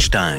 רובינשטיין.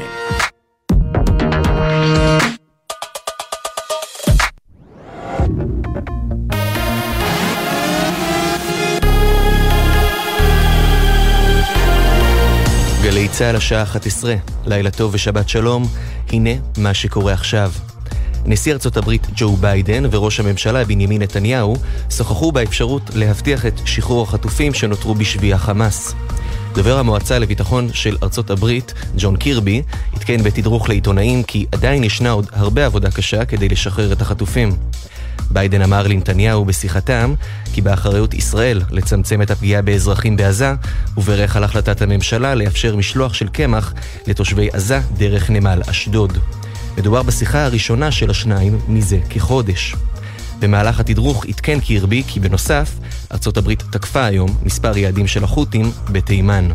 גלי צהל השעה 11, לילה טוב ושבת שלום, הנה מה שקורה עכשיו. נשיא ארצות הברית ג'ו ביידן וראש הממשלה בנימין נתניהו שוחחו באפשרות להבטיח את שחרור החטופים שנותרו בשבי החמאס. דובר המועצה לביטחון של ארצות הברית, ג'ון קירבי, התקן בתדרוך לעיתונאים כי עדיין ישנה עוד הרבה עבודה קשה כדי לשחרר את החטופים. ביידן אמר לנתניהו בשיחתם כי באחריות ישראל לצמצם את הפגיעה באזרחים בעזה, וברך על החלטת הממשלה לאפשר משלוח של קמח לתושבי עזה דרך נמל אשדוד. מדובר בשיחה הראשונה של השניים מזה כחודש. במהלך התדרוך התקן קירבי כי בנוסף, ארצות הברית תקפה היום מספר יעדים של החות'ים בתימן.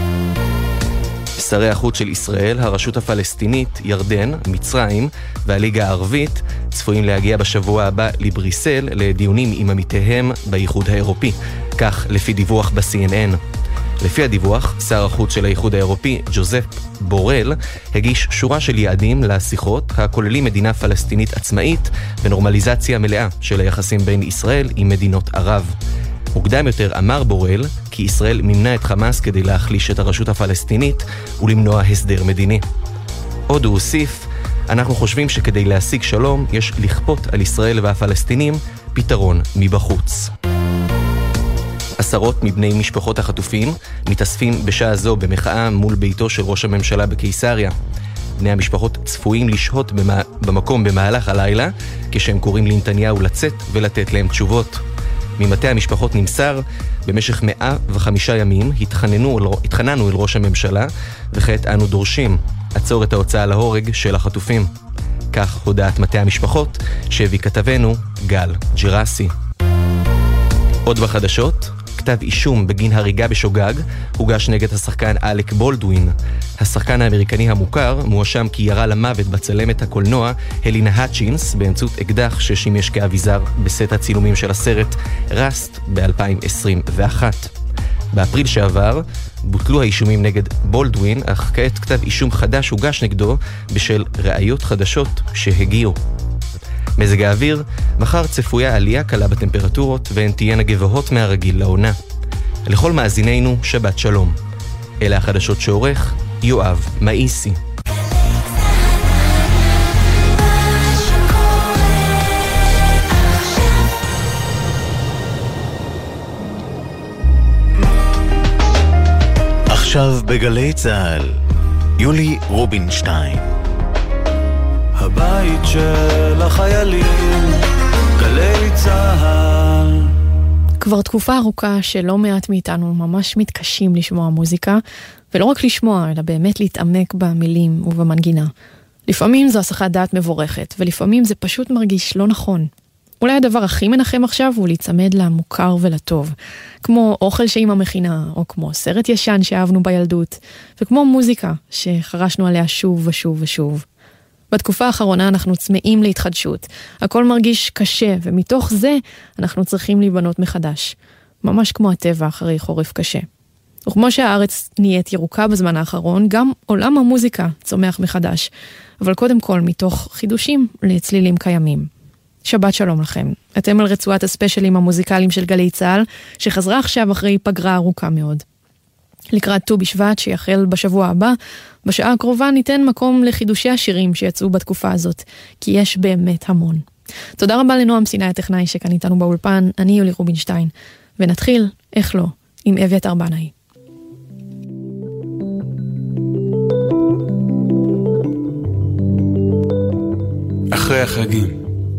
שרי החוץ של ישראל, הרשות הפלסטינית, ירדן, מצרים והליגה הערבית צפויים להגיע בשבוע הבא לבריסל לדיונים עם עמיתיהם באיחוד האירופי, כך לפי דיווח ב-CNN. לפי הדיווח, שר החוץ של האיחוד האירופי, ג'וזף בורל, הגיש שורה של יעדים לשיחות הכוללים מדינה פלסטינית עצמאית ונורמליזציה מלאה של היחסים בין ישראל עם מדינות ערב. מוקדם יותר אמר בורל כי ישראל מימנה את חמאס כדי להחליש את הרשות הפלסטינית ולמנוע הסדר מדיני. עוד הוא הוסיף, אנחנו חושבים שכדי להשיג שלום יש לכפות על ישראל והפלסטינים פתרון מבחוץ. עשרות מבני משפחות החטופים מתאספים בשעה זו במחאה מול ביתו של ראש הממשלה בקיסריה. בני המשפחות צפויים לשהות במקום במהלך הלילה כשהם קוראים לנתניהו לצאת ולתת להם תשובות. ממטה המשפחות נמסר, במשך 105 ימים התחננו אל ראש הממשלה, וכעת אנו דורשים עצור את ההוצאה להורג של החטופים. כך הודעת מטה המשפחות שהביא כתבנו גל ג'רסי. עוד בחדשות, כתב אישום בגין הריגה בשוגג הוגש נגד השחקן אלק בולדווין. השחקן האמריקני המוכר מואשם כי ירה למוות בצלמת הקולנוע הלינה האצ'ינס באמצעות אקדח ששימש כאביזר בסט הצילומים של הסרט ראסט ב-2021. באפריל שעבר בוטלו האישומים נגד בולדווין, אך כעת כתב אישום חדש הוגש נגדו בשל ראיות חדשות שהגיעו. מזג האוויר, מחר צפויה עלייה קלה בטמפרטורות והן תהיינה גבוהות מהרגיל לעונה. לכל מאזינינו, שבת שלום. אלה החדשות שעורך יואב מאיסי. עכשיו בגלי צהל, יולי רובינשטיין. הבית של החיילים, גלי צהל. כבר תקופה ארוכה שלא מעט מאיתנו ממש מתקשים לשמוע מוזיקה, ולא רק לשמוע, אלא באמת להתעמק במילים ובמנגינה. לפעמים זו הסחת דעת מבורכת, ולפעמים זה פשוט מרגיש לא נכון. אולי הדבר הכי מנחם עכשיו הוא להצמד למוכר ולטוב, כמו אוכל שאמא מכינה, או כמו סרט ישן שאהבנו בילדות, וכמו מוזיקה שחרשנו עליה שוב ושוב ושוב. בתקופה האחרונה אנחנו צמאים להתחדשות. הכל מרגיש קשה, ומתוך זה אנחנו צריכים להיבנות מחדש. ממש כמו הטבע אחרי חורף קשה. וכמו שהארץ נהיית ירוקה בזמן האחרון, גם עולם המוזיקה צומח מחדש. אבל קודם כל מתוך חידושים לצלילים קיימים. שבת שלום לכם. אתם על רצועת הספיישלים המוזיקליים של גלי צהל, שחזרה עכשיו אחרי פגרה ארוכה מאוד. לקראת ט"ו בשבט שיחל בשבוע הבא, בשעה הקרובה ניתן מקום לחידושי השירים שיצאו בתקופה הזאת, כי יש באמת המון. תודה רבה לנועם סיני הטכנאי שכאן איתנו באולפן, אני יולי רובינשטיין, ונתחיל, איך לא, עם אביתר בנאי. אחרי החגים,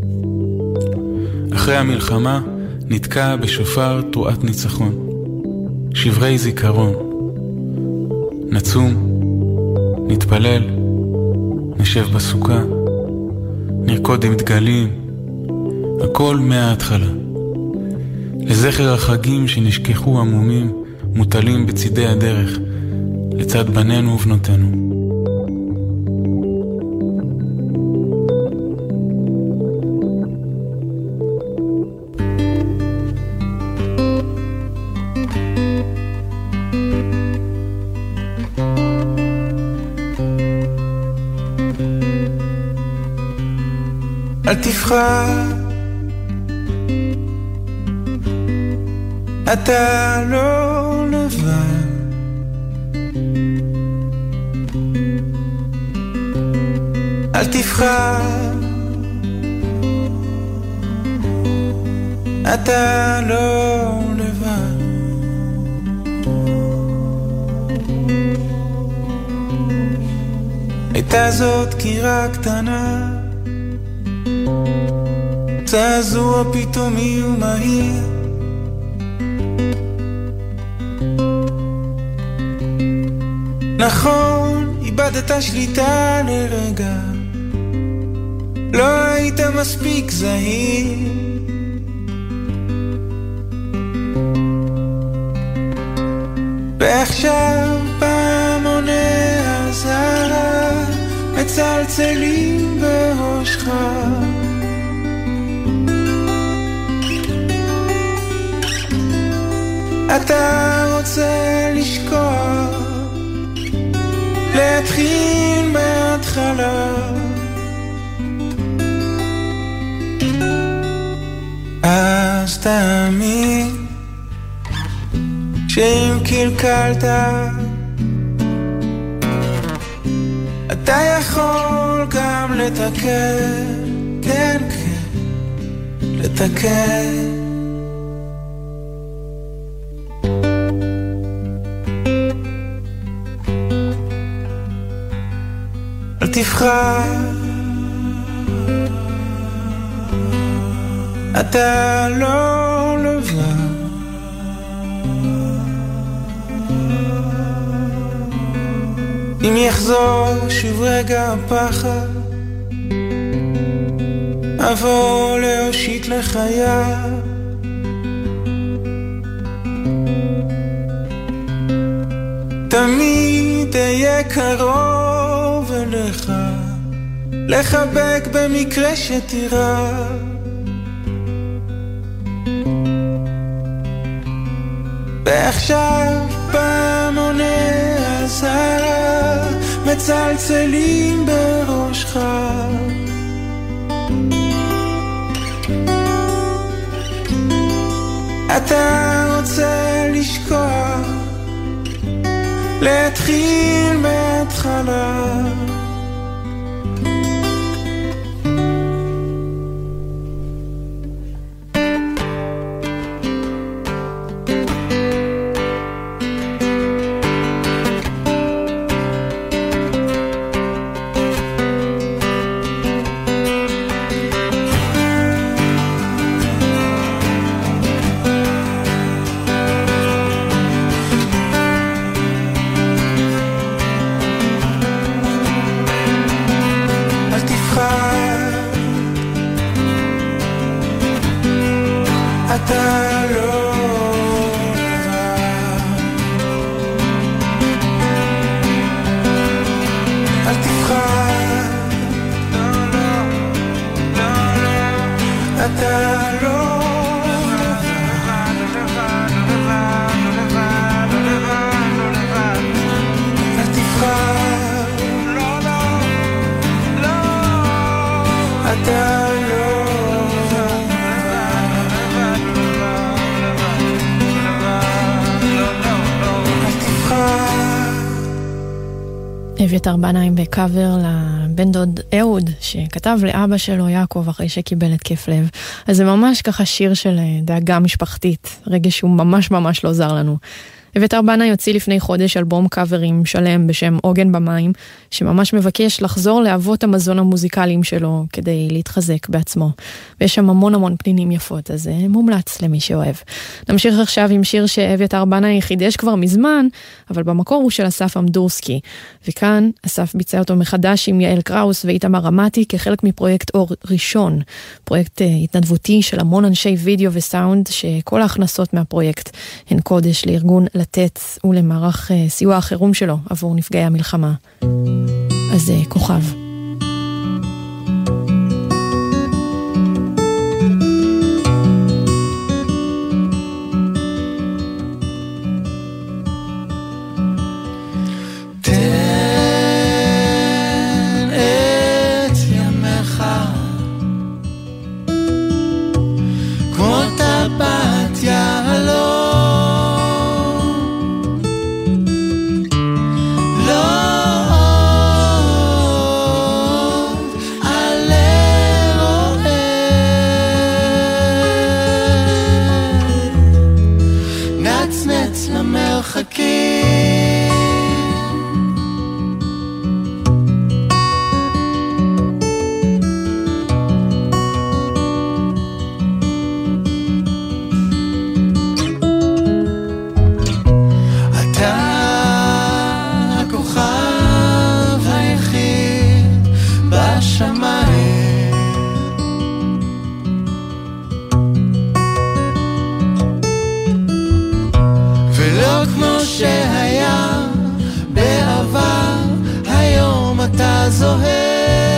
אחרי המלחמה נתקע בשופר תרועת ניצחון, שברי זיכרון, נצום, נתפלל, נשב בסוכה, נרקוד עם דגלים, הכל מההתחלה. לזכר החגים שנשכחו עמומים, מוטלים בצידי הדרך, לצד בנינו ובנותינו. אל תפחד, אתה לא לבד. אל תפחד, אתה לא לבד. הייתה זאת קירה קטנה, זעזוע פתאומי ומהיר, נכון, איבדת שליטה לרגע, לא היית מספיק זהיר. ועכשיו פעמוני הזהב מצלצלים בראשך, אתה רוצה לשכוח, להתחיל מההתחלה. אז תאמין שאם קלקלת אתה יכול גם לתקן, כן כן, לתקן. אל תפחד, אתה לא לבד. אם יחזור שוב רגע הפחד, אבוא להושיט לך יד, תמיד אהיה קרוב אליך, לחבק במקרה שתירא. ועכשיו פעמוני הזהב מצלצלים בראשך, אתה רוצה לשכוח, להתחיל מההתחלה. אביתר בנאי בקאבר לבן דוד אהוד שכתב לאבא שלו יעקב אחרי שקיבל התקף לב. אז זה ממש ככה שיר של דאגה משפחתית, רגע שהוא ממש ממש לא זר לנו. אביתר בנאי יוציא לפני חודש אלבום קאברים שלם בשם עוגן במים, שממש מבקש לחזור לאבות המזון המוזיקליים שלו כדי להתחזק בעצמו. ויש שם המון המון פנינים יפות, אז זה מומלץ למי שאוהב. נמשיך עכשיו עם שיר שאביתר בנאי חידש כבר מזמן, אבל במקור הוא של אסף אמדורסקי. וכאן אסף ביצע אותו מחדש עם יעל קראוס ואיתמר רמתי כחלק מפרויקט אור ראשון, פרויקט התנדבותי של המון אנשי וידאו וסאונד, שכל ההכנסות מהפרויקט הן קודש לארגון לתת ולמערך סיוע החירום שלו עבור נפגעי המלחמה. אז כוכב. תן את ימיך אתה זוהר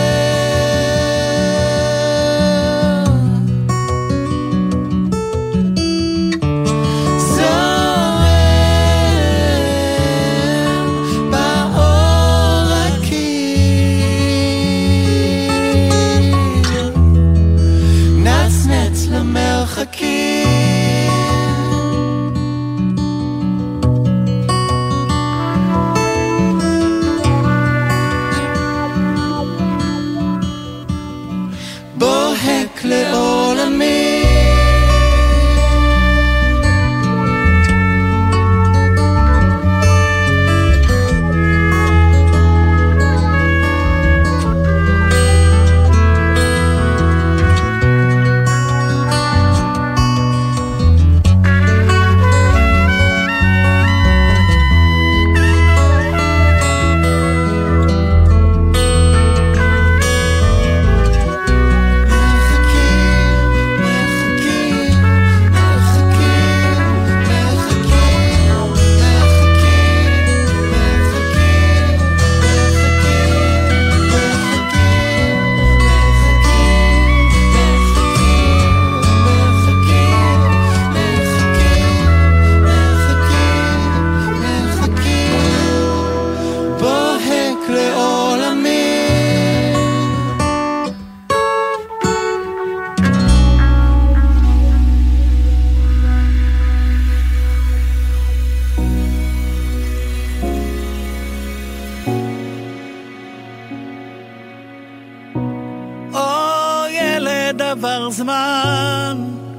עבר זמן,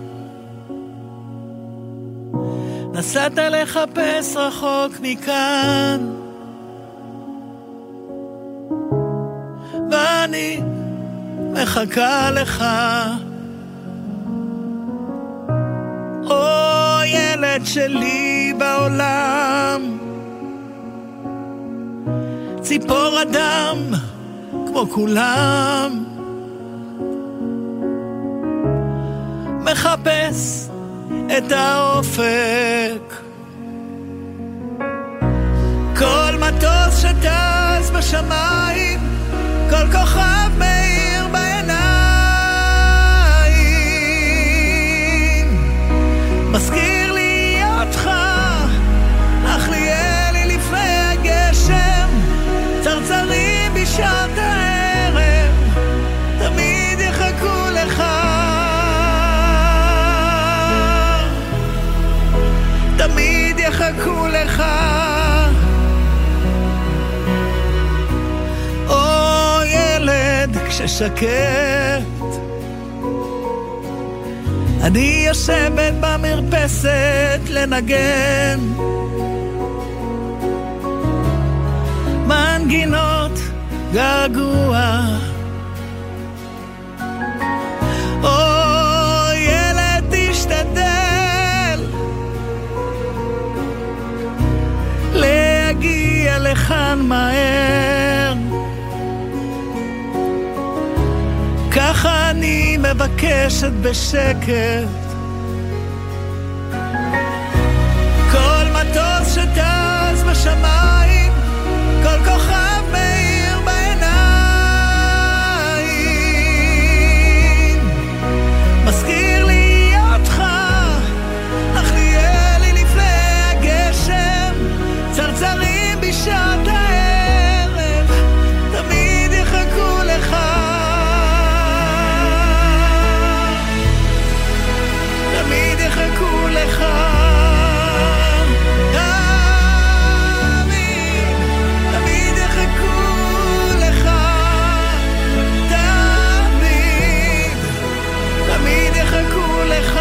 נסעת לחפש רחוק מכאן, ואני מחכה לך. או ילד שלי בעולם, ציפור אדם כמו כולם, מחפש את האופק. כל מטוס שטס בשמיים, כל כוכב מאיר בעיניים, מזכיר לי אותך, אך ליהיה לי לפני הגשם, צרצרים בשעת הערב, תמיד יחכו לך, תמיד יחכו לך. או ילד כששקט, אני יושבת במרפסת לנגן מנגינות געגוע. או ילד תשתדל להגיע לכאן מהר, ככה אני מבקשת בשקט. כל מטוס שטס בשמיים, כל כוכב מאיר בעיניים, מזכיר לי אותך, אך ליהיה לי לפני הגשם, צרצרים בשעת הערב, תמיד יחכו לך, תמיד יחכו לך, תמיד יחכו לך, תמיד יחכו לך.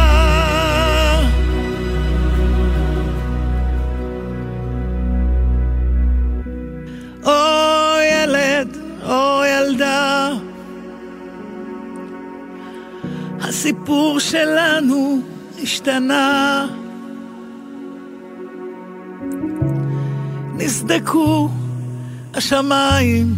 או ילד, או ילדה, הסיפור שלנו השתנה, נסדקו השמיים,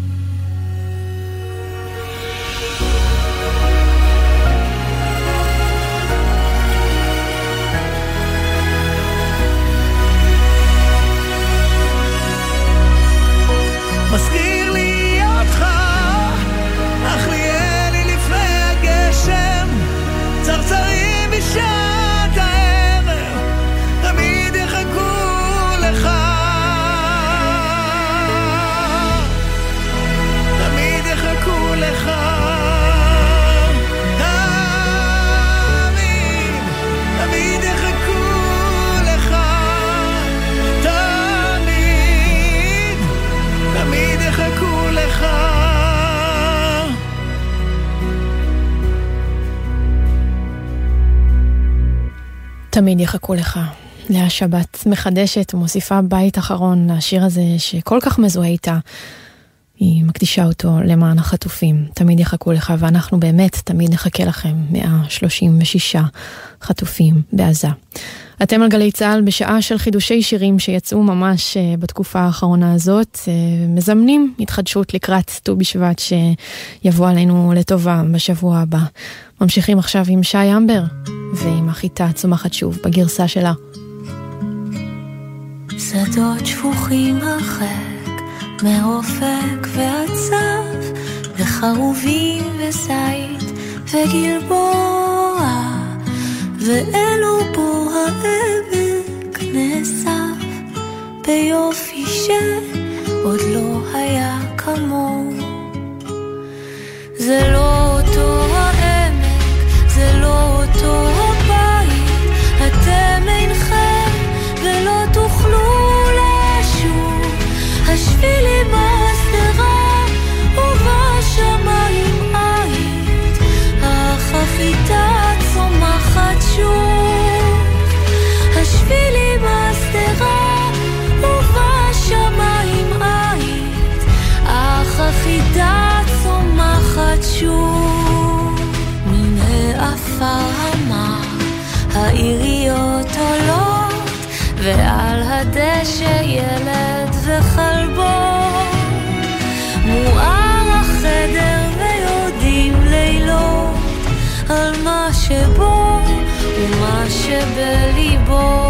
מזכיר לי תמיד יחכו לך. לאה שבת מחדשת ומוסיפה בית אחרון לשיר הזה שכל כך מזוהה איתה. היא מקדישה אותו למען החטופים. תמיד יחכו לך, ואנחנו באמת תמיד נחכה לכם. 136 חטופים בעזה. אתם על גלי צהל בשעה של חידושי שירים שיצאו ממש בתקופה האחרונה הזאת, מזמנים התחדשות לקראת ט"ו בשבט שיבוא עלינו לטובה בשבוע הבא. ממשיכים עכשיו עם שי אמבר ועם החיטה צומחת שוב בגרסה שלה. שדות שפוכים הרחק מאופק ועצב וחרובים וזית וגלבוע ואלו בו העמק נאסף ביופי שעוד לא היה כמוהו. זה לא אותו העמק, זה לא אותו הבית, אתם אינכם ולא תוכלו לשוב. השבילים הסדרה ובשמיים עית, החפיתה צומחת שוב. השבילים הסדרה ובשמיים עית, החפיתה צומחת שוב. מן העפר המר העיריות עולות, ועל הדשא ילד וחלבו. מואר החדר ויודעים לילות על מה שבו ומה שבליבו.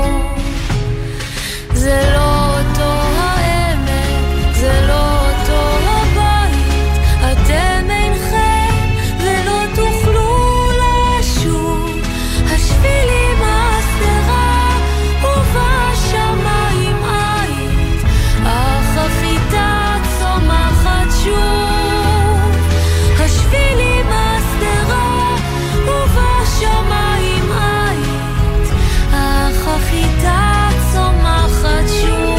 זה לא אותו העמק, זה לא אותו הבית, אתם אינכם ולא תוכלו לשוב. השבילים הסדרה ובשמיים עית, החפיתה צומחת שוב. השבילים הסדרה ובשמיים עית, החפיתה צומחת שוב.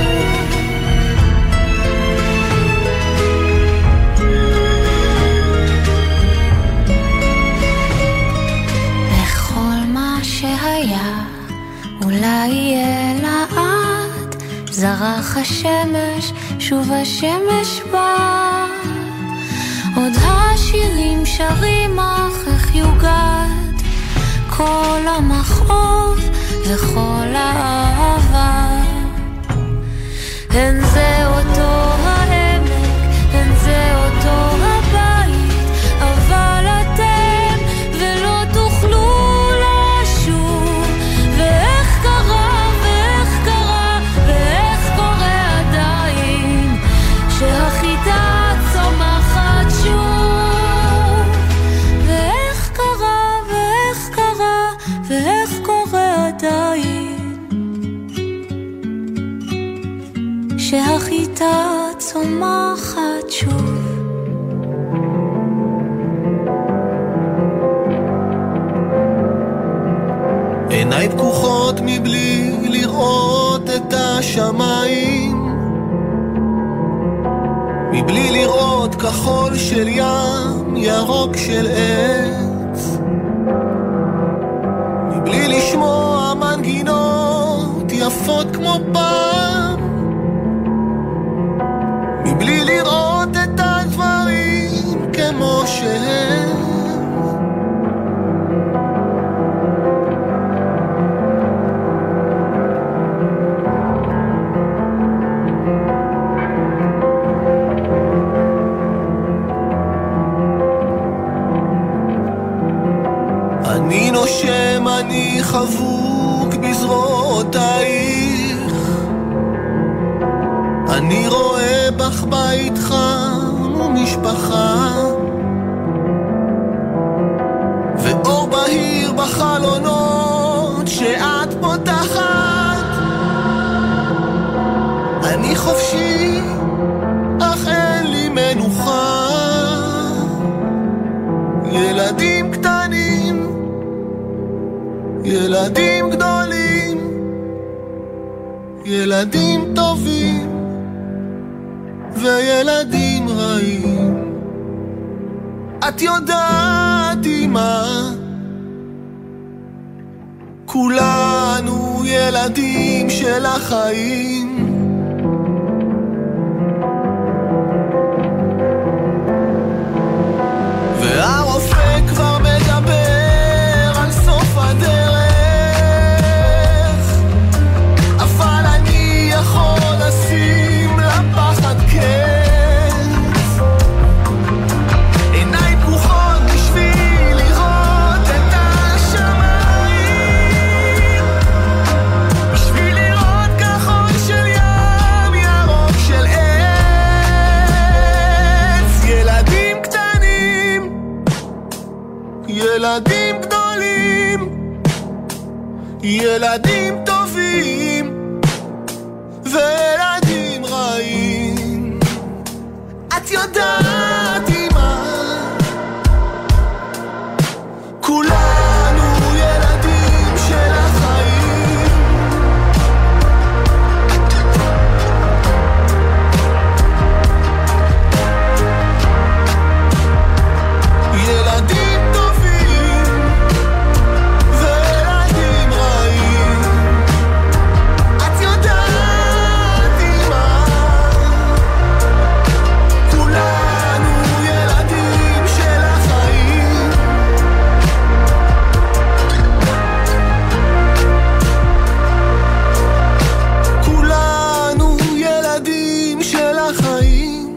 וכל מה שהיה אולי יהיה לעד, זרח השמש, שוב השמש בא. עוד השירים שרים אך איך יוגד כל המכאוב וכל האהבה. הן זה אותו העמק, הן זה אותו הבית, אבל אתם ולא תוכלו לשוב. ואיך קרה ואיך קרה ואיך קורה עדיין שהחיטה צומחת שוב. ואיך קרה ואיך קרה ואיך קורה עדיין שהחיטה צומחת שוב. עיניי פקוחות מבלי לראות את השמיים, מבלי לראות כחול של ים, ירוק של עץ, מבלי לשמוע מנגינות יפות כמו פעם, מבלי לראות את הדברים כמו שהם. אני נושם, אני חבוק בזרועותייך, אני רואה בך בית חם ומשפחה, ואור בהיר בחלונות שאת פותחת. אני חופשי אך אין לי מנוחה, ילדים קטנים, ילדים גדולים, ילדים טובים וילדים רעים. את יודעת אמא, כולנו ילדים של החיים. והרופא כבר מדבר על סוף הדרך, אבל אני יכול לשים לפחד קץ, עיניים פקוחות בשביל לראות את השמיים, בשביל לראות כחול של ים, ירוק של עץ. ילדים קטנים, ילדים גדולים, ילדים טובים וילדים רעים. את יודעת אמא, כולנו ילדים של החיים. ילדים טובים וילדים רעים. את יודעת אמא, כולנו ילדים של החיים. כולנו ילדים של החיים.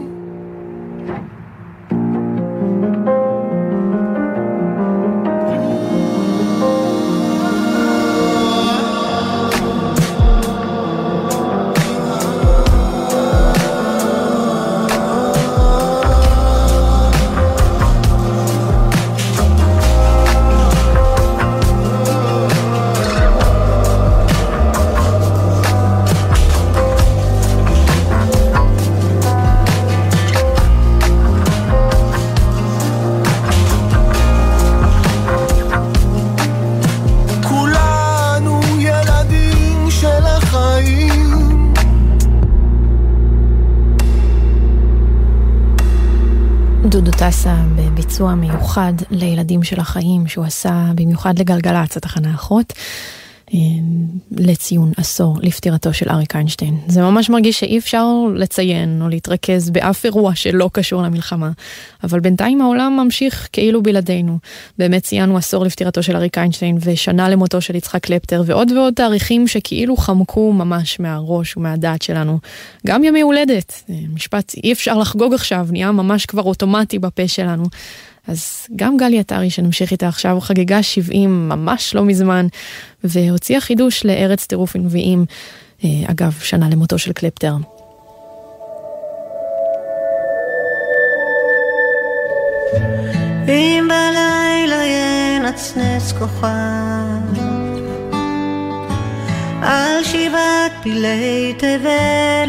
כולנו ילדים של החיים. דודו טסה בביצוע מיוחד לילדים של החיים שהוא עשה במיוחד לגלגלצ, התחנה האחות, לציון עשור לפטירתו של אריק איינשטיין. זה ממש מרגיש שאי אפשר לציין או להתרכז באף אירוע שלא קשור למלחמה, אבל בינתיים העולם ממשיך כאילו בלעדינו. באמת ציינו עשור לפטירתו של אריק איינשטיין ושנה למותו של יצחק קלפטר ועוד ועוד תאריכים שכאילו חמקו ממש מהראש ומהדעת שלנו. גם ימי הולדת, משפט אי אפשר לחגוג עכשיו, נהיה ממש כבר אוטומטי בפה שלנו. אז גם גלי עטרי שנמשיך איתה עכשיו חגגה 70 ממש לא מזמן, והוציאה חידוש לארץ טירוף הנביאים, אגב שנה למותו של קלפטר. אם בלילה ינצנץ כוכב על שבעת פילי תבל,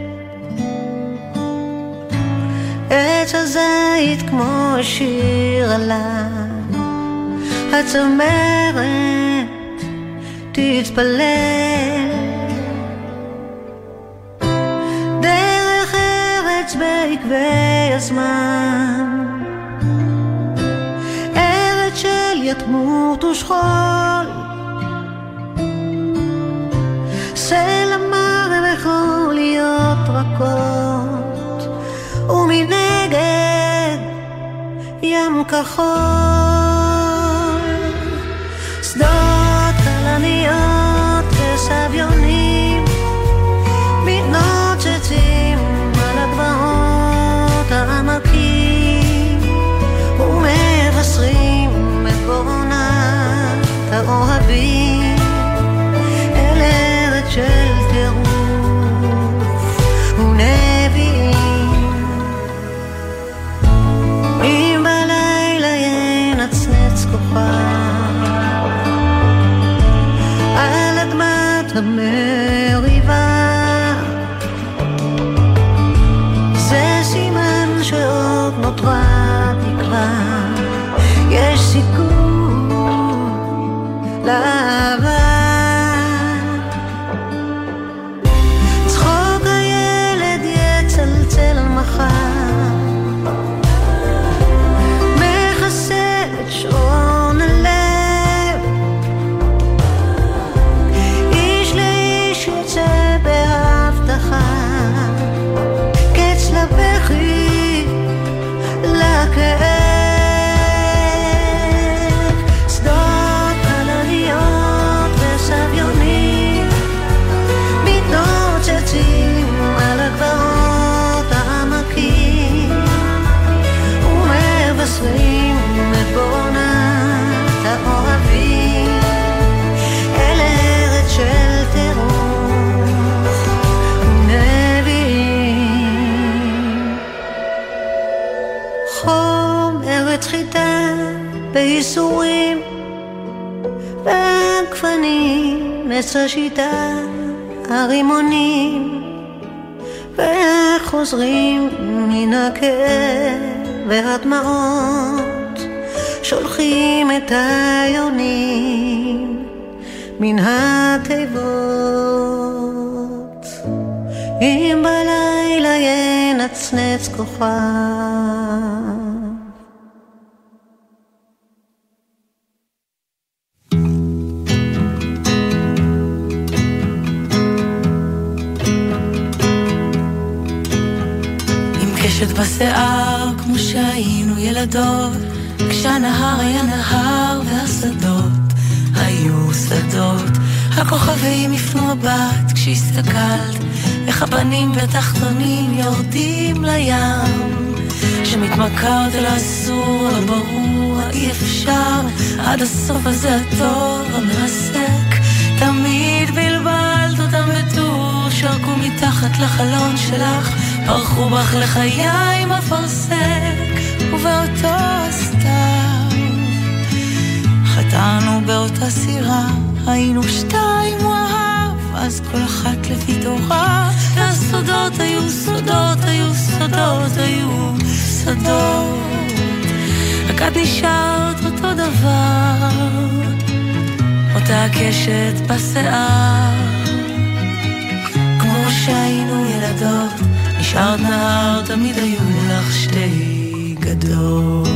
עץ הזית כמו שיר עליו, הצמרת תתפלל. דרך ארץ בעקבי הזמן, ארץ של יתמות ושכול, סלע מר יכול להיות רכות, ומנגד ים כחול, שדות כלניות וסביונים מתנוצצים על הגבעות העמקים ומבשרים את בונת האוהבים אל ארץ של טירוף ונביאים. אם בלילה ינצנץ כוכב על אדמת המריבה, זה סימן שעוד נותרה תקווה, יש סיכוי לאהבה. צחוק הילד יצלצל מחר, מכסה את שעון הלב, חום ארץ חיטה בייסורים והגפנים עץ השיטה הרימונים וחוזרים מן הכאב והדמעות שולחים את היונים מן התיבות אם בלילה ינצנץ כוכב קשת בשיער כמו שהיינו ילדות כשהנהר היה נהר והשדות היו שדות הכוכבים יפנו מבט כשהסתכלת איך הבנים בתחתונים יורדים לים שמתמכרת אל האסור אבל ברור אי אפשר עד הסוף הזה הטוב המרסק תמיד בלבלת אותם בטור שרקו מתחת לחלון שלך פרחו בך לחיי עם הפרסק ובאותו הסתיו חתנו באותה סירה היינו שתיים הוא אהב אז כל אחת לפי תורה והסודות היו סודות היו סודות היו סודות רק את נשארת אותו דבר אותה קשת בשיער כמו שהיינו ילדות נשארת נהר תמיד היו לך שתי גדות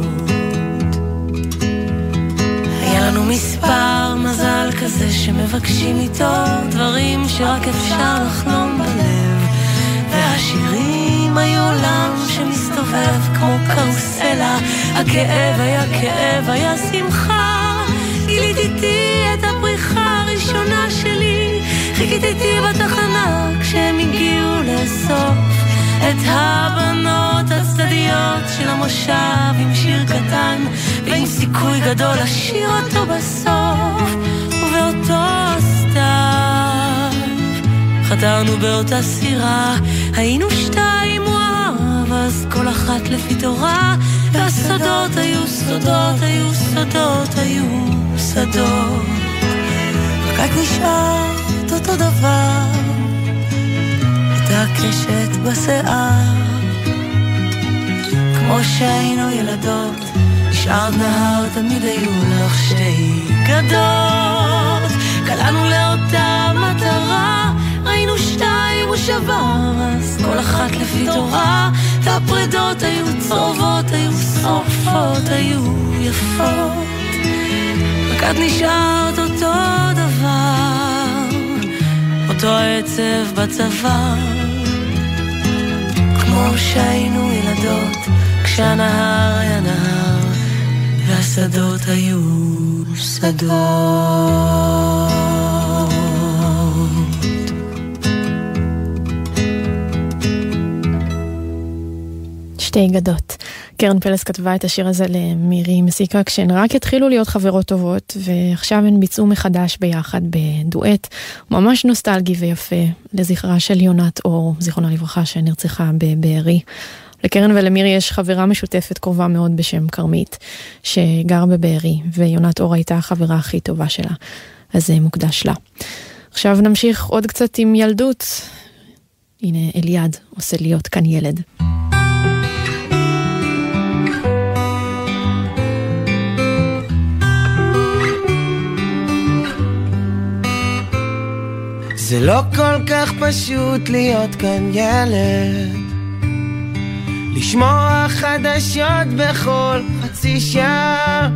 היה לנו מספר מזל כזה שמבקשים איתו דברים שרק אפשר לחלום בלב והשירים היו עולם שמסתובב כמו קרוסלה הכאב היה כאב היה שמחה גילית איתי את הפריחה הראשונה שלי חיכית איתי בתחנה כשהם הגיעו לסוף את הבנות הצדדיות של המושב עם שיר קטן ועם סיכוי גדול לשיר אותו בסוף ובאותו הסתיו חתרנו באותה סירה היינו שתיים הוא אהב אז כל אחת לפי תורה והסודות היו סודות היו סודות היו סודות רק את נשארת אותו דבר אותה קשת בשיער כמו שהיינו ילדות נשארת נהר תמיד היו לך שתי גדות קלענו לאותה מטרה ראינו שתיים ושבר אז כל אחת לפי תורה והפרדות היו צרובות היו שרופות היו יפות רק את נשארת אותו דבר אותו העצב בצבא כמו שהיינו ילדות כשהנהר היה נהר והשדות היו שדות שתי גדות. קרן פלס כתבה את השיר הזה למירי מסיקה כשהן רק התחילו להיות חברות טובות ועכשיו הן ביצעו מחדש ביחד בדואט ממש נוסטלגי ויפה לזכרה של יונת אור זיכרונה לברכה שנרצחה בבארי. לקרן ולמירי יש חברה משותפת קרובה מאוד בשם קרמית שגר בבארי ויונת אור הייתה החברה הכי טובה שלה אז זה מוקדש לה. עכשיו נמשיך עוד קצת עם ילדות. הנה אליעד עושה להיות כאן ילד. זה לא כל כך פשוט להיות כאן ילד לשמוע חדשות בכל חצי שעה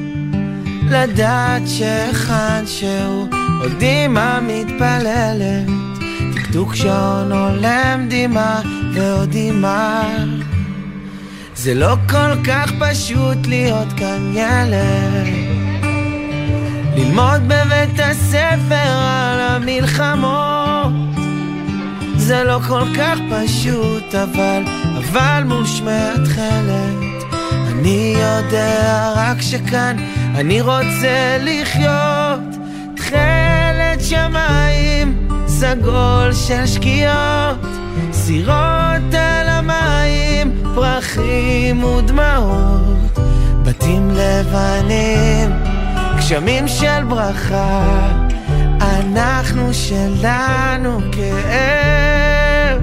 לדעת שאחד שהוא עוד אמא מתפללת דקדוק שעון עולם דימה ועוד אמא זה לא כל כך פשוט להיות כאן ילד ללמוד בבית הספר על המלחמות זה לא כל כך פשוט אבל מושמעת חלת אני יודע רק שכאן אני רוצה לחיות תחלת שמיים סגול של שקיעות סירות על המים פרח פרחים ודמעות, בתים לבנים, גשמים של ברכה, אנחנו שלנו כאב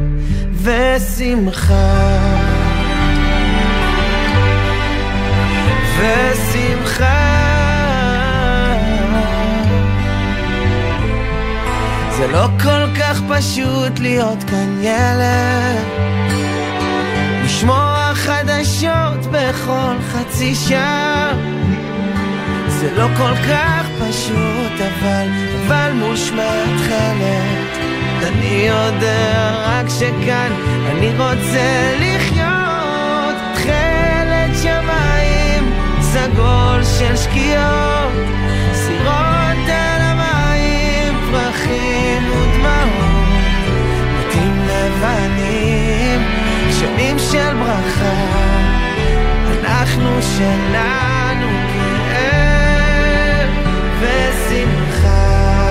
ושמחה ושמחה. זה לא כל כך פשוט להיות כאן ילד, לשמוע חדשות בכל חצי שעה. זה לא כל כך פשוט, אבל מושמעת חלק. אני יודע רק שכאן אני רוצה לחיות תחילת שמיים, סגול של שקיעות, סירות על המים, פרחים ודמעות, בתים לבנים, גשמים של ברכה, אנחנו שלנו כאב ושמחה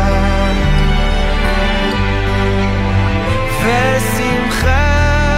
ושמחה.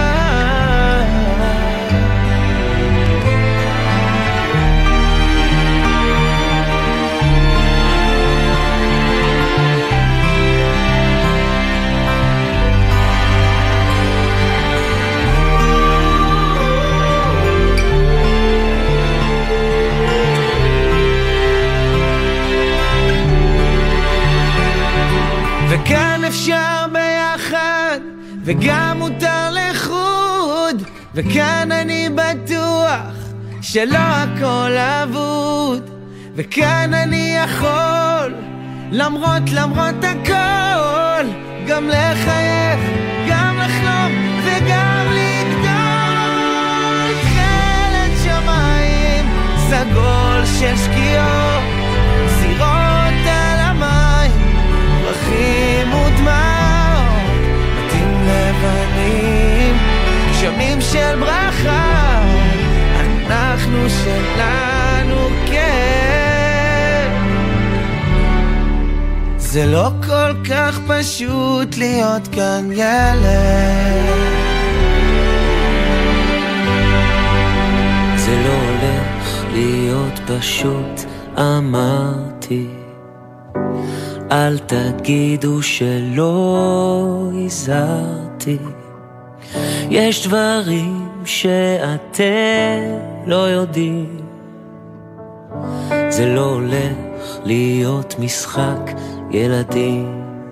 וכאן אפשר ביחד וגם מותר לחוד, וכאן אני בטוח שלא הכל אבוד, וכאן אני יכול למרות הכל גם לחייך, גם לחלום וגם לגדול. תחילת שמיים, סגול של שקיעות, סירות על המים, פרחים ודמעות, בתים לבנים, גשמים של ברכה, אנחנו שלנו כן. זה לא כל כך פשוט להיות כאן ילד, זה לא הולך להיות פשוט, אמרתי, אל תגידו שלא הזהרתי, יש דברים שאתם לא יודעים, זה לא הולך להיות משחק ילדים.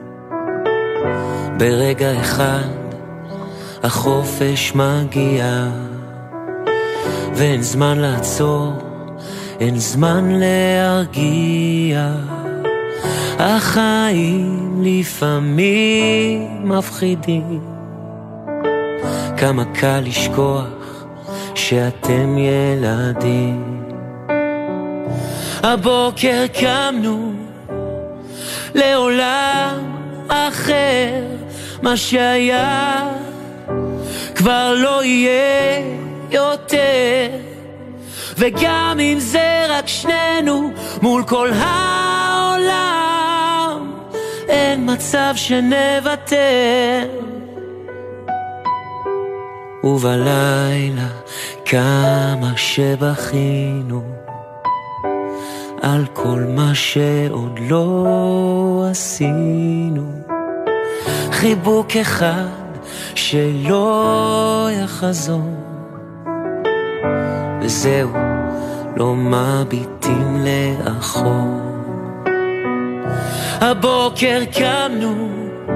ברגע אחד החופש מגיע, ואין זמן לעצור, אין זמן להרגיע. החיים לפעמים מפחידים, כמה קל לשכוח שאתם ילדים. הבוקר קמנו לעולם אחר, מה שהיה כבר לא יהיה יותר, וגם אם זה רק שנינו מול כל העולם, אין מצב שנוותר. ובלילה כמה שבחינו על כל מה שעוד לא עשינו, חיבוק אחד שלא יחזור, וזהו, לא מביטים לאחור. הבוקר קמנו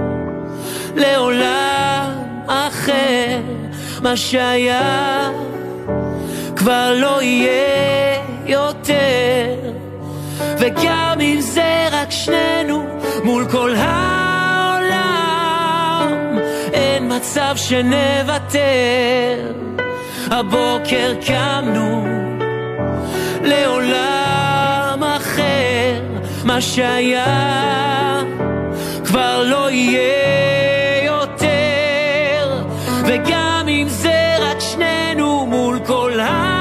לעולם אחר, מה שהיה כבר לא יהיה יותר, וגם אם זה רק שנינו מול כל העולם, אין מצב שנוותר. הבוקר קמנו לעולם אחר, מה שהיה כבר לא יהיה יותר, וגם אם זה רק שנינו מול כל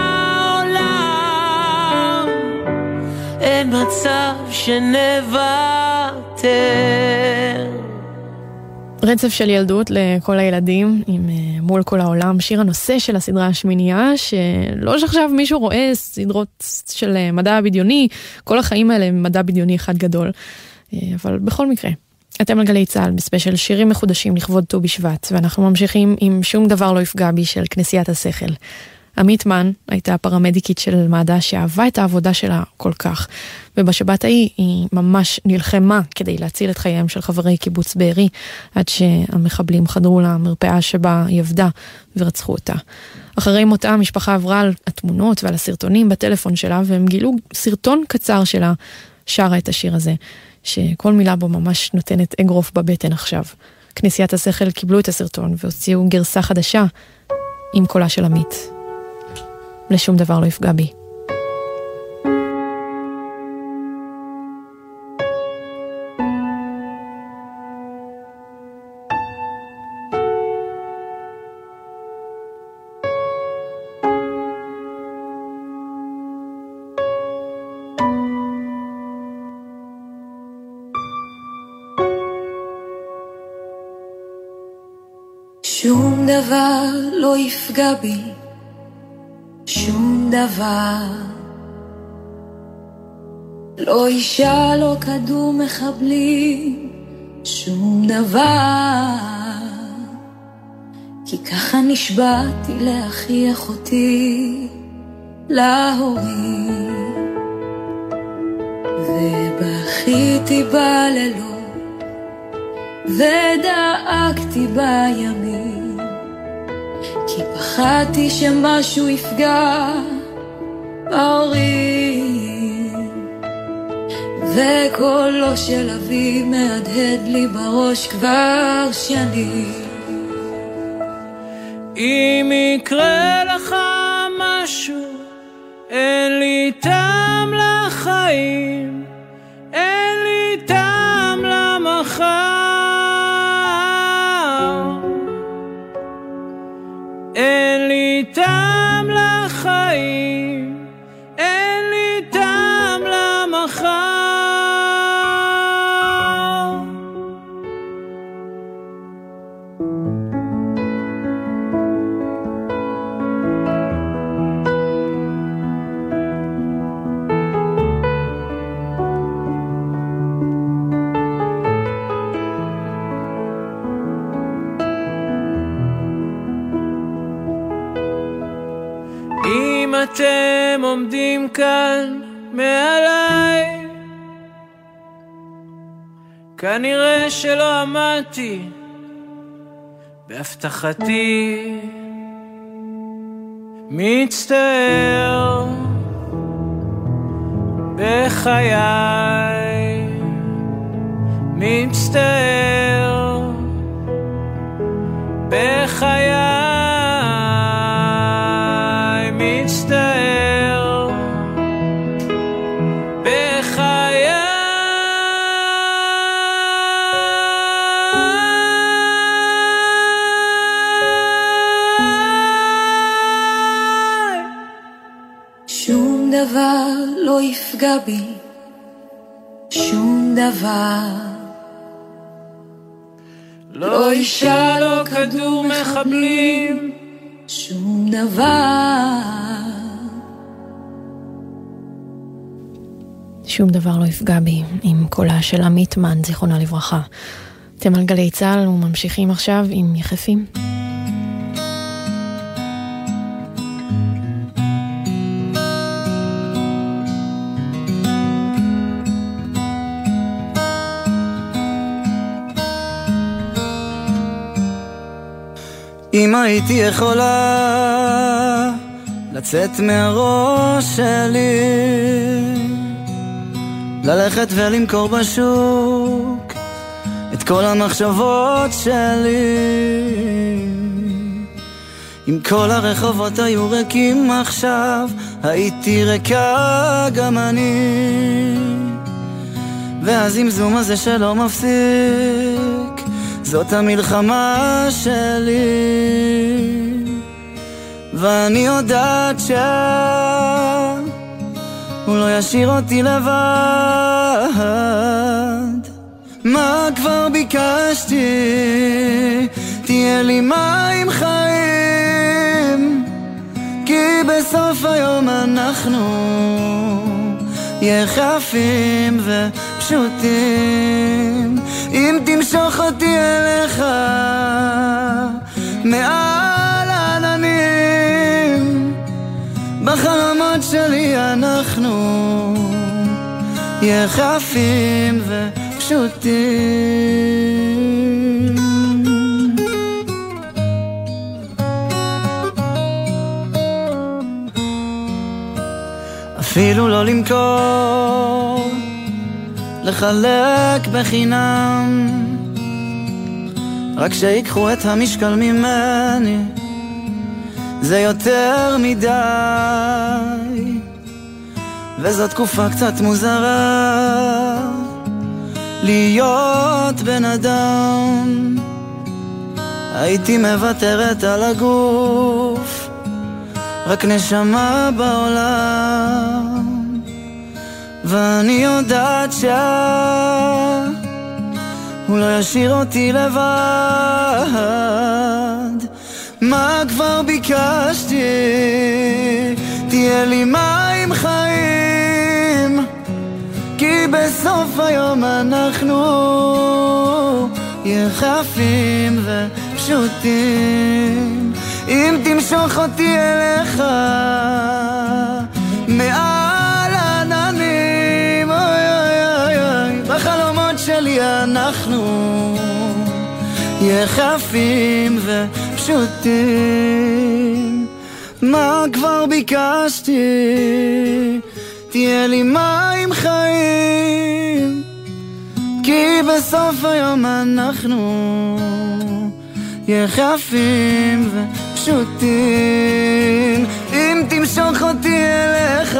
העולם, אין מצב שנוותר. רצף של ילדות לכל הילדים עם מול כל העולם, שיר הנושא של הסדרה השמינייה, שלא שעכשיו מישהו רואה סדרות של מדע בדיוני, כל החיים האלה הם מדע בדיוני אחד גדול, אבל בכל מקרה, אתם על גלי צהל בספיישל שירים מחודשים לכבוד ט"ו בשבט, ואנחנו ממשיכים עם שום דבר לא יפגע בי של כנסיית השכל. עמית מן הייתה פרמדיקית של מד"א שאהבה את העבודה שלה כל כך, ובשבת ההיא היא ממש נלחמה כדי להציל את חייהם של חברי קיבוץ בארי, עד שהמחבלים חדרו למרפאה שבה היא עבדה ורצחו אותה. אחרי מותה המשפחה עברה על התמונות ועל הסרטונים בטלפון שלה, והם גילו סרטון קצר שלה שרה את השיר הזה, שכל מילה בו ממש נותנת אגרוף בבטן עכשיו. כנסיית השכל קיבלו את הסרטון והוציאו גרסה חדשה עם קולה של עמית. לשום דבר לא יפגע בי. שום דבר לא יפגע בי, שום דבר, לא אישה, לא כדור מחבלים, שום דבר, כי ככה נשבעתי לאחי אחותי, להורים, ובכיתי בלילות, ודאגתי בימים, כי פחדתי שמשהו יפגע בהורים, וקולו של אבי מהדהד לי בראש כבר שנים. אם יקרה לך משהו, אין לי טעם לחיים, אין לי טעם למחר, אין לי טעם לחיים, אין לי טעם למחר. אם אתם עומדים כאן מעליי, כנראה שלא עמדתי בהבטחתי, מצטער בחיי, מצטער בחיי, מצטער בחיי. שום דבר לא יפגע בי, שום דבר, לא אישה, לא כדור מחבלים, שום דבר, שום דבר לא יפגע בי, עם קולה של עמית מן, זיכרונה לברכה. אתם על גלי צהל וממשיכים עכשיו עם יחפים. אם הייתי יכולה לצאת מהראש שלי, ללכת ולמכור בשוק את כל המחשבות שלי, אם כל הרחובות היו ריקים עכשיו, הייתי ריקה גם אני, והזמזום הזה שלא מפסיק, זאת המלחמה שלי, ואני יודעת שהוא לא ישאיר אותי לבד, מה כבר ביקשתי? תהיה לי מים חיים, כי בסוף היום אנחנו יחפים ופשוטים. אם תמשוך אותי אליך מעל העננים, בחלומות שלי אנחנו יחפים ופשוטים. אפילו לא למכור, לחלק בחינם, רק שיקחו את המשקל ממני, זה יותר מדי. וזו תקופה קצת מוזרה להיות בן אדם. הייתי מוותרת על הגוף, רק נשמה בעולם. ואני יודעת שהוא לא ישאיר אותי לבד. מה כבר ביקשתי? תהיה לי מים חיים, כי בסוף היום אנחנו יחפים ופשוטים. אם תמשוך אותי אליך מעל העננים, אוי אוי אוי אוי, בחלומות שלי אנחנו יחפים ופשוטים. מה כבר ביקשתי? תהיה לי מים חיים, כי בסוף היום אנחנו יחפים ופשוטים. אם תמשוך אותי אליך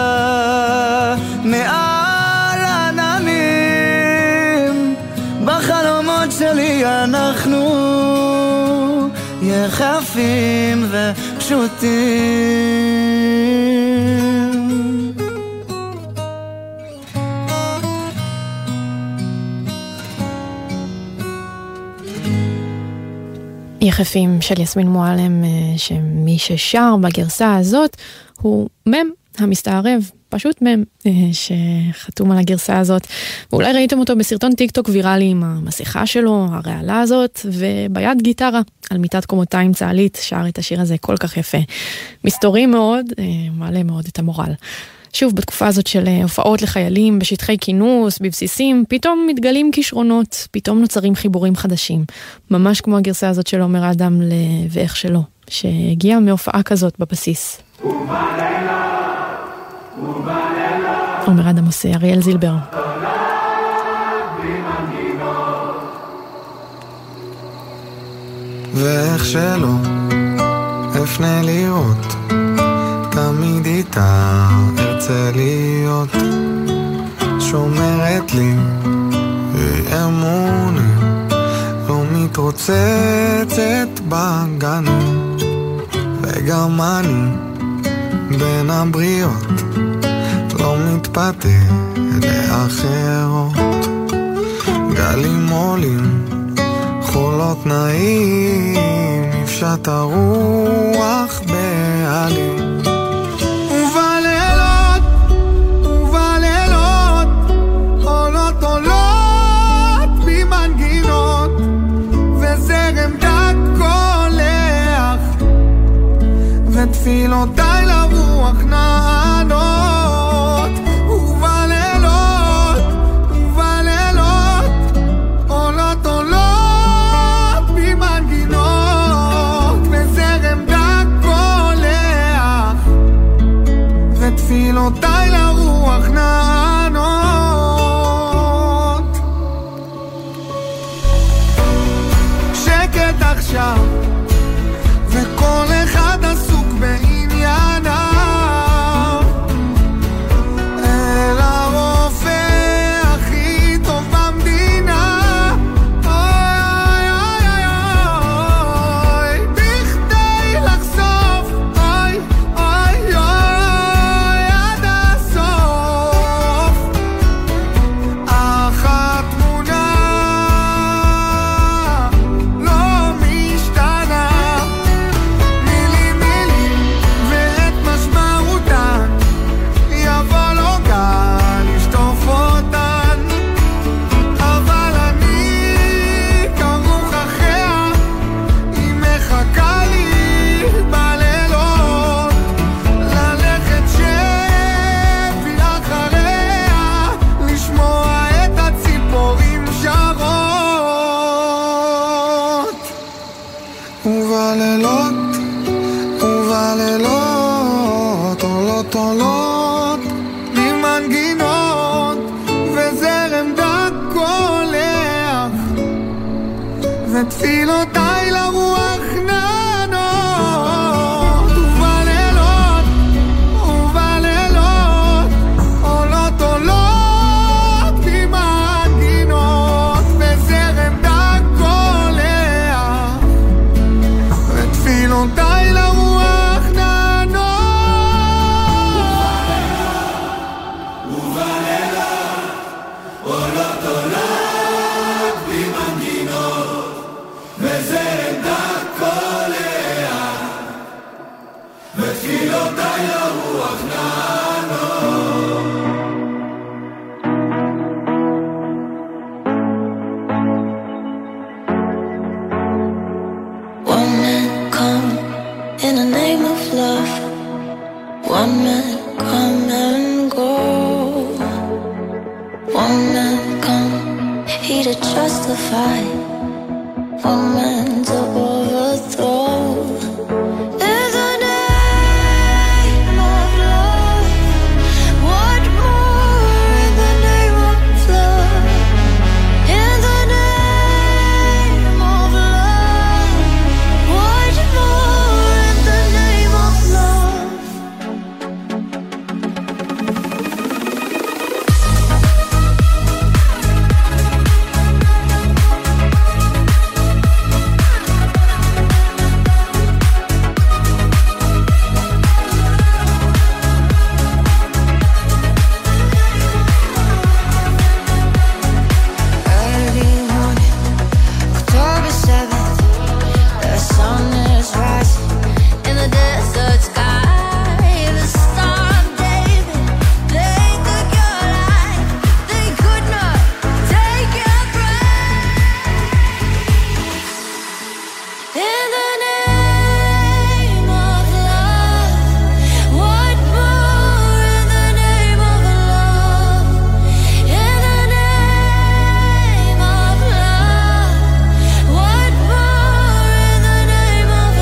מעל העננים, בחלומות שלי אנחנו יחפים ופשוטים. יחפים של יסמין מועלם, שמי ששר בגרסה הזאת הוא מם המסתערב, פשוט מם, שחתום על הגרסה הזאת. ואולי ראיתם אותו בסרטון טיק טוק ויראלי עם המסכה שלו, הרעלה הזאת, וביד גיטרה על מיטת קומותיים צהלית, שר את השיר הזה כל כך יפה. מסתורי מאוד, מעלה מאוד את המורל. שוב, בתקופה הזאת של הופעות לחיילים, בשטחי כינוס, בבסיסים, פתאום מתגלים כישרונות, פתאום נוצרים חיבורים חדשים. ממש כמו הגרסה הזאת של עומר אדם ואיך שלו, שהגיע מהופעה כזאת בבסיס. עומר אדם עושה, אריאל זילבר. ואיך שלא אפנה לראות, תמיד איתה ארצה להיות, שומרת לי אמוני, לא מתרוצצת בגנים, וגם אני בין הבריות לא מתפתה לאחרות. גלים עולים, חולות נעים, נפשט הרוח בעלים. ותפילותיי לרוח נענות, ובלילות, ובלילות עולות עולות במנגינות, וזרם דק קולח, ותפילותיי לרוח נענות. שקט עכשיו, וכל אחד עסוק בענייניו, אל הרופא הכי טוב במדינה, אוי אוי אוי אוי, בכדי לחשוף, אוי אוי אוי עד הסוף, אך התמונה מילותיי לרוח נענות. One man come in the name of love. One man come and go. One man come, he to justify. One man to overthrow. In the name of love, what more in the name of love? In the name of love, what more in the name of love? Early morning, October 7th, the sun is rising in the desert sky. The Star of David, they took your life, they could not take your praise. In the name of love, what more in the name of love? In the name of love, what more in the name of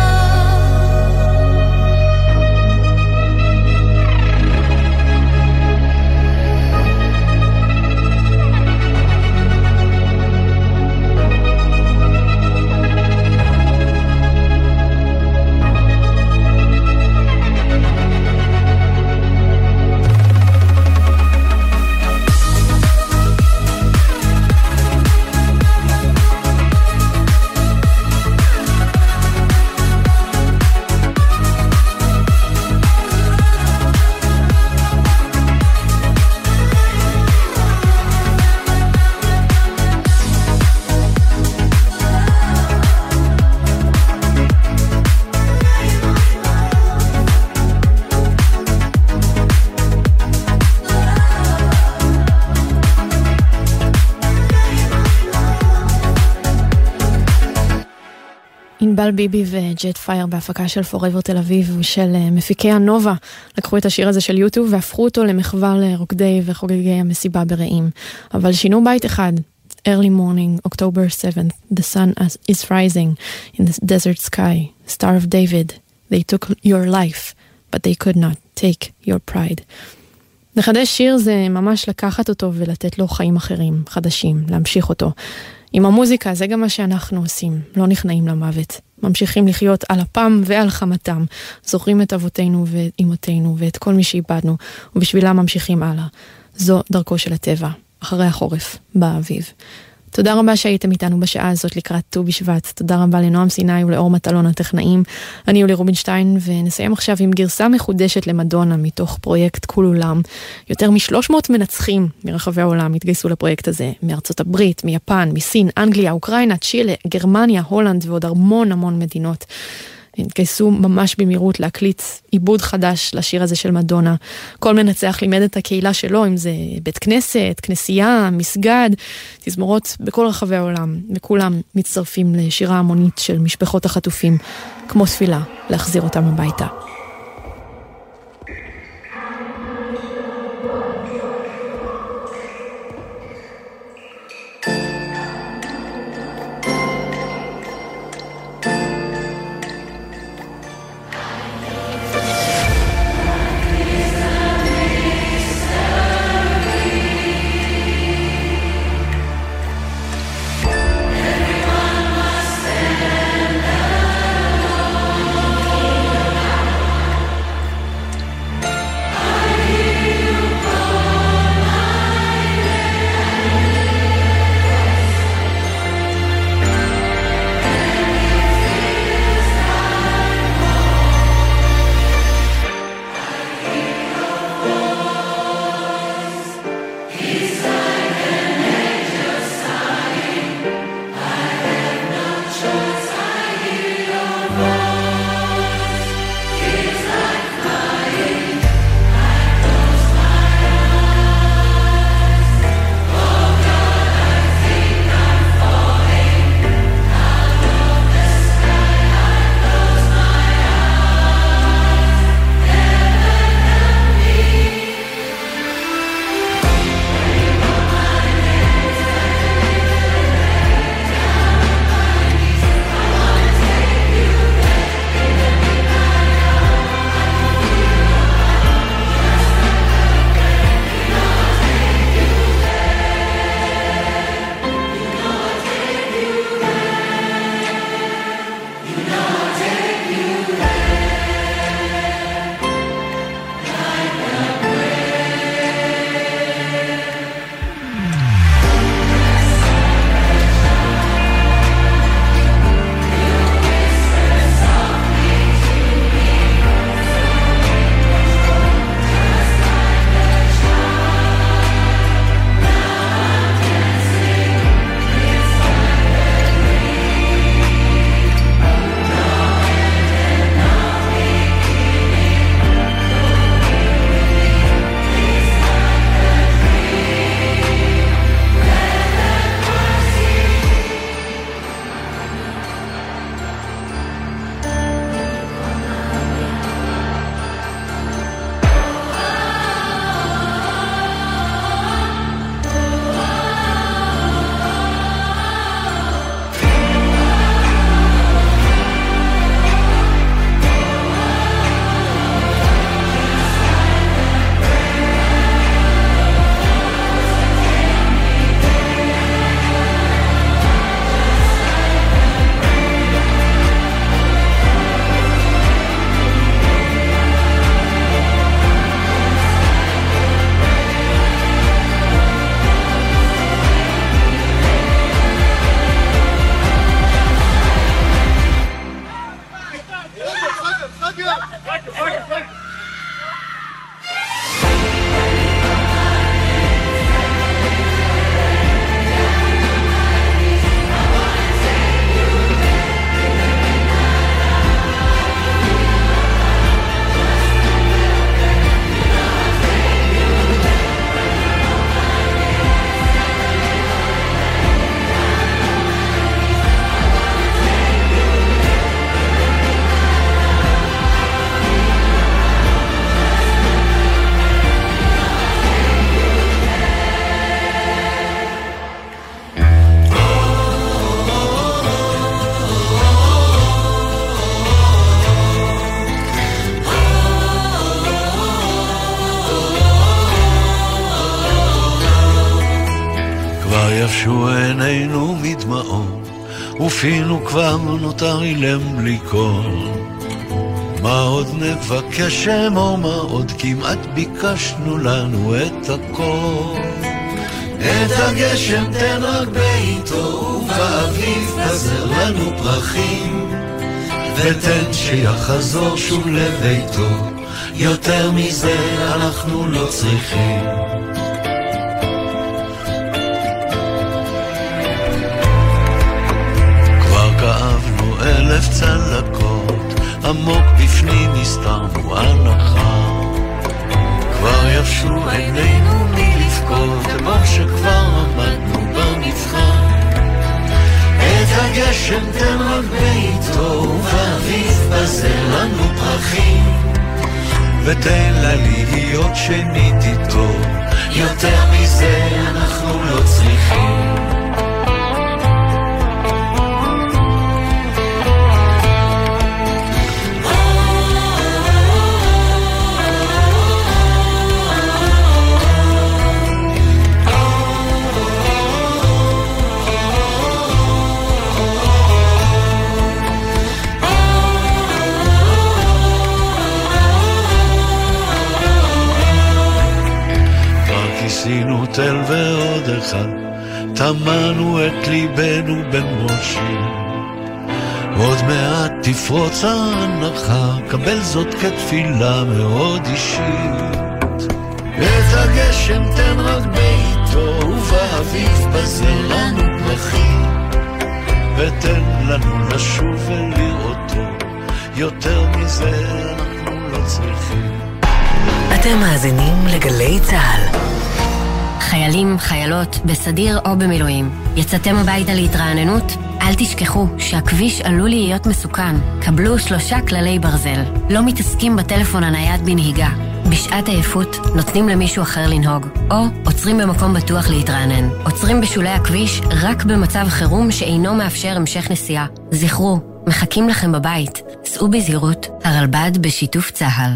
ענבל ביבי וג'ט פייר בהפקה של פוראבר תל אביב ושל מפיקי הנובה לקחו את השיר הזה של יוטיוב והפכו אותו למחווה לרוקדי וחוגגי המסיבה ברעים, אבל שינו בית אחד. Early morning, October 7th, the sun is rising in the desert sky. Star of David, they took your life, but they could not take your pride. לחדש שיר זה ממש לקחת אותו ולתת לו חיים אחרים, חדשים, להמשיך אותו. עם המוזיקה זה גם מה שאנחנו עושים, לא נכנעים למוות. ממשיכים לחיות על אפם ועל חמתם, זוכרים את אבותינו ואימותינו ואת כל מי שאיבדנו, ובשבילם ממשיכים הלאה. זו דרכו של הטבע, אחרי החורף, באביב. תודה רבה שהייתם איתנו בשעה הזאת לקראת ט"ו בשבט. תודה רבה לנועם סיני ולאור מטלון הטכנאים. אני יולי רובינשטיין, ונסיים עכשיו עם גרסה מחודשת למדונה מתוך פרויקט כול עולם. יותר מ-300 מנצחים מרחבי העולם התגייסו לפרויקט הזה, מארצות הברית, מיפן, מסין, אנגליה, אוקראינה, צ'ילה, גרמניה, הולנד ועוד המון מדינות. התגייסו ממש במהירות להקליט עיבוד חדש לשיר הזה של מדונה. כל מנצח לימד את הקהילה שלו, אם זה בית כנסת, כנסייה, מסגד, תזמורות בכל רחבי העולם, וכולם מצטרפים לשירה המונית של משפחות החטופים, כמו תפילה, להחזיר אותם הביתה. יבשו עינינו מדמעות, ופינו כבר נותר אילם בלי קול. מה עוד נבקש אמור, מה עוד כמעט ביקשנו לנו את הכל. את הגשם תן רק בעיתו, ובאביב פזר לנו פרחים, ותן שיחזור שוב לביתו, יותר מזה אנחנו לא צריכים. כבר כאבנו 1000 צלקות, עמוק בפנים הסתרנו הנחה. כבר יבשו עינינו מלבכות, אמור שכבר עמדנו במבחן. את הגשם תן רק בעיתו, ובאביב פזר לנו פרחים, ותן לה להיות שנית איתו, יותר מזה אנחנו לא צריכים. עשינו תל ועוד אחד, תמנו את ליבנו בן משה. עוד מעט תפרוץ ההנחה, קבל זאת כתפילה מאוד אישית. את הגשם תן רק בעיתו, ובאביב פזר לנו פרחים, ותן לנו לשוב ולראותו, יותר מזה אנחנו לא צריכים. אתם מאזינים לגלי צהל. חיילים, חיילות, בסדיר או במילואים. יצאתם הביתה להתרעננות? אל תשכחו שהכביש עלול להיות מסוכן. קבלו 3 כללי ברזל. לא מתעסקים בטלפון הנייד בנהיגה. בשעת עייפות נותנים למישהו אחר לנהוג. או עוצרים במקום בטוח להתרענן. עוצרים בשולי הכביש רק במצב חירום שאינו מאפשר המשך נסיעה. זכרו, מחכים לכם בבית. סעו בזהירות. הרלב"ד בשיתוף צה"ל.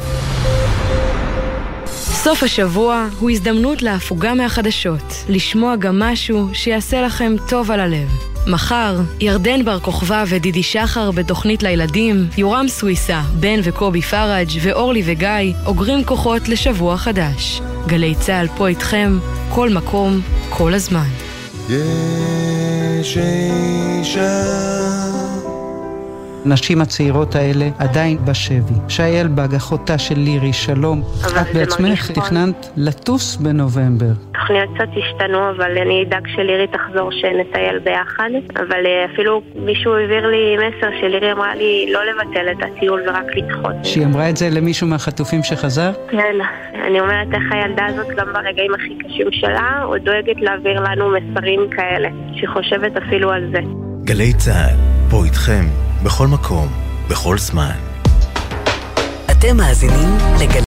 סוף השבוע הוא הזדמנות להפוגה מהחדשות, לשמוע גם משהו שיעשה לכם טוב על הלב. מחר, ירדן בר כוכבא ודידי שחר בתוכנית לילדים, יורם סוויסה, בן וקובי פראג' ואורלי וגיא אוגרים כוחות לשבוע חדש. גלי צהל פה איתכם, כל מקום, כל הזמן. יש אישה הנשים הצעירות האלה עדיין בשבי. שי אלבג, אחותה של לירי, שלום. את בעצמך תכננת לטוס בנובמבר. תוכניות קצת השתנו, אבל אני אדאג שלירי תחזור שנטייל ביחד. אבל אפילו מישהו העביר לי מסר שלירי אמרה לי לא לבטל את הטיול ורק לדחות. שהיא אמרה את זה למישהו מהחטופים שחזר? כן. אני אומרת איך הילדה הזאת גם ברגעים הכי קשים שלה, עוד דואגת להעביר לנו מסרים כאלה, שהיא חושבת אפילו על זה. גלי צהל, פה איתכם, בכל מקום, בכל זמן. אתם מאזינים לגלי